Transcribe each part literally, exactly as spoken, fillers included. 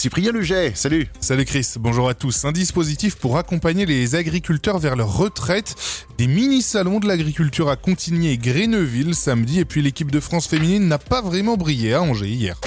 Cyprien Leget, salut. Salut Chris, bonjour à tous. Un dispositif pour accompagner les agriculteurs vers leur retraite. Des mini-salons de l'agriculture à Contigny et Gréneuville samedi. Et puis l'équipe de France féminine n'a pas vraiment brillé à Angers hier.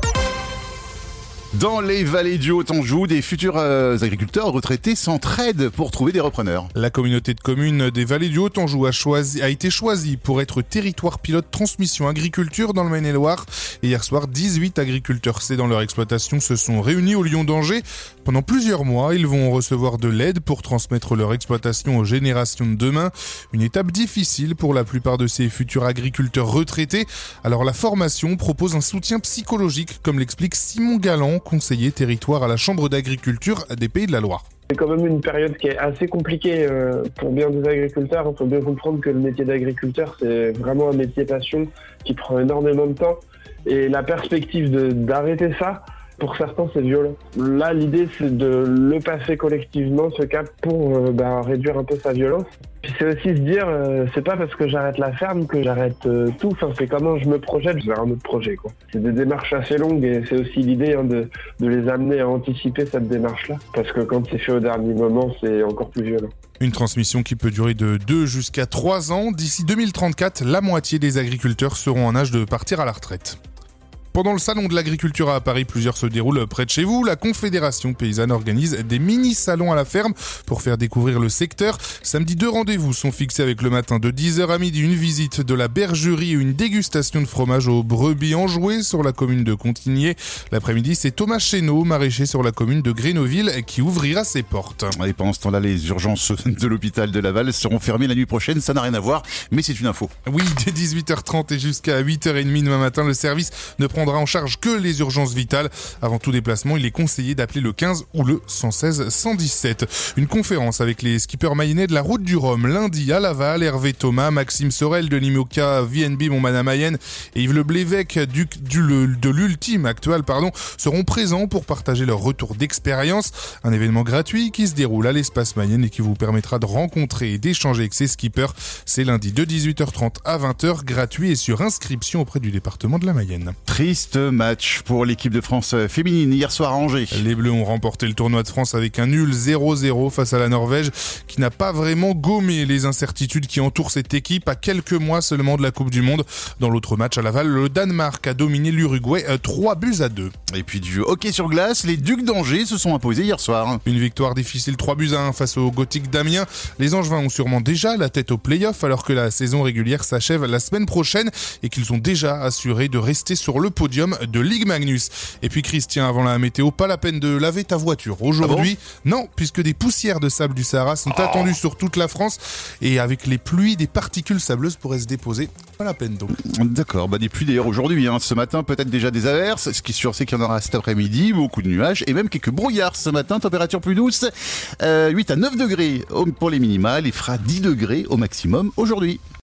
Dans les vallées du Haut-Anjou, des futurs euh, agriculteurs retraités s'entraident pour trouver des repreneurs. La communauté de communes des vallées du Haut-Anjou a, choisi, a été choisie pour être territoire pilote transmission agriculture dans le Maine-et-Loire. Et hier soir, dix-huit agriculteurs C dans leur exploitation se sont réunis au Lion d'Angers. Pendant plusieurs mois, ils vont recevoir de l'aide pour transmettre leur exploitation aux générations de demain. Une étape difficile pour la plupart de ces futurs agriculteurs retraités. Alors la formation propose un soutien psychologique, comme l'explique Simon Galland, conseiller territoire à la Chambre d'agriculture des Pays de la Loire. C'est quand même une période qui est assez compliquée euh, pour bien des agriculteurs. Il faut bien comprendre que le métier d'agriculteur, c'est vraiment un métier passion qui prend énormément de temps. Et la perspective de, d'arrêter ça, pour certains, c'est violent. Là, l'idée, c'est de le passer collectivement, ce cap, pour euh, bah, réduire un peu sa violence. Puis c'est aussi se dire, euh, c'est pas parce que j'arrête la ferme que j'arrête euh, tout. Enfin, c'est comment je me projette vers un autre projet, quoi. C'est des démarches assez longues et c'est aussi l'idée hein, de, de les amener à anticiper cette démarche-là. Parce que quand c'est fait au dernier moment, c'est encore plus violent. Une transmission qui peut durer de deux jusqu'à trois ans. D'ici deux mille trente-quatre, la moitié des agriculteurs seront en âge de partir à la retraite. Pendant le salon de l'agriculture à Paris, plusieurs se déroulent près de chez vous. La Confédération paysanne organise des mini-salons à la ferme pour faire découvrir le secteur. Samedi, deux rendez-vous sont fixés avec le matin de dix heures à midi, une visite de la bergerie et une dégustation de fromage aux brebis enjouées sur la commune de Contigny. L'après-midi, c'est Thomas Chénaud, maraîcher sur la commune de Gréneuville, qui ouvrira ses portes. Et pendant ce temps-là, les urgences de l'hôpital de Laval seront fermées la nuit prochaine. Ça n'a rien à voir, mais c'est une info. Oui, dès dix-huit heures trente et jusqu'à huit heures trente demain matin, le service ne prendra en charge que les urgences vitales. Avant tout déplacement, il est conseillé d'appeler le quinze ou le cent seize cent dix-sept. Une conférence avec les skippers mayennais de la route du Rhum lundi à Laval. Hervé Thomas, Maxime Sorel de l'Imoca V N B Montmana Mayenne et Yves Le Blévec du, du, le, de l'Ultime actuel pardon, seront présents pour partager leur retour d'expérience. Un événement gratuit qui se déroule à l'espace Mayenne et qui vous permettra de rencontrer et d'échanger avec ces skippers. C'est lundi de dix-huit heures trente à vingt heures, gratuit et sur inscription auprès du département de la Mayenne. Triste match pour l'équipe de France féminine hier soir à Angers. Les Bleus ont remporté le tournoi de France avec un nul zéro zéro face à la Norvège qui n'a pas vraiment gommé les incertitudes qui entourent cette équipe à quelques mois seulement de la Coupe du Monde. Dans l'autre match à Laval, le Danemark a dominé l'Uruguay trois buts à deux. Et puis du hockey sur glace, les Ducs d'Angers se sont imposés hier soir. Une victoire difficile, trois buts à un face au Gothique d'Amiens. Les Angevins ont sûrement déjà la tête au play-off alors que la saison régulière s'achève la semaine prochaine et qu'ils ont déjà assuré de rester sur le podium de Ligue Magnus. Et puis Christian, avant la météo, pas la peine de laver ta voiture. Aujourd'hui, ah bon non, puisque des poussières de sable du Sahara sont oh. attendues sur toute la France et avec les pluies, des particules sableuses pourraient se déposer. Pas la peine donc. D'accord, bah des pluies d'ailleurs aujourd'hui. Hein. Ce matin, peut-être déjà des averses. Ce qui est sûr, c'est qu'il y en aura cet après-midi. Beaucoup de nuages et même quelques brouillards ce matin. Température plus douce. Euh, huit à neuf degrés pour les minimales. Il fera dix degrés au maximum aujourd'hui.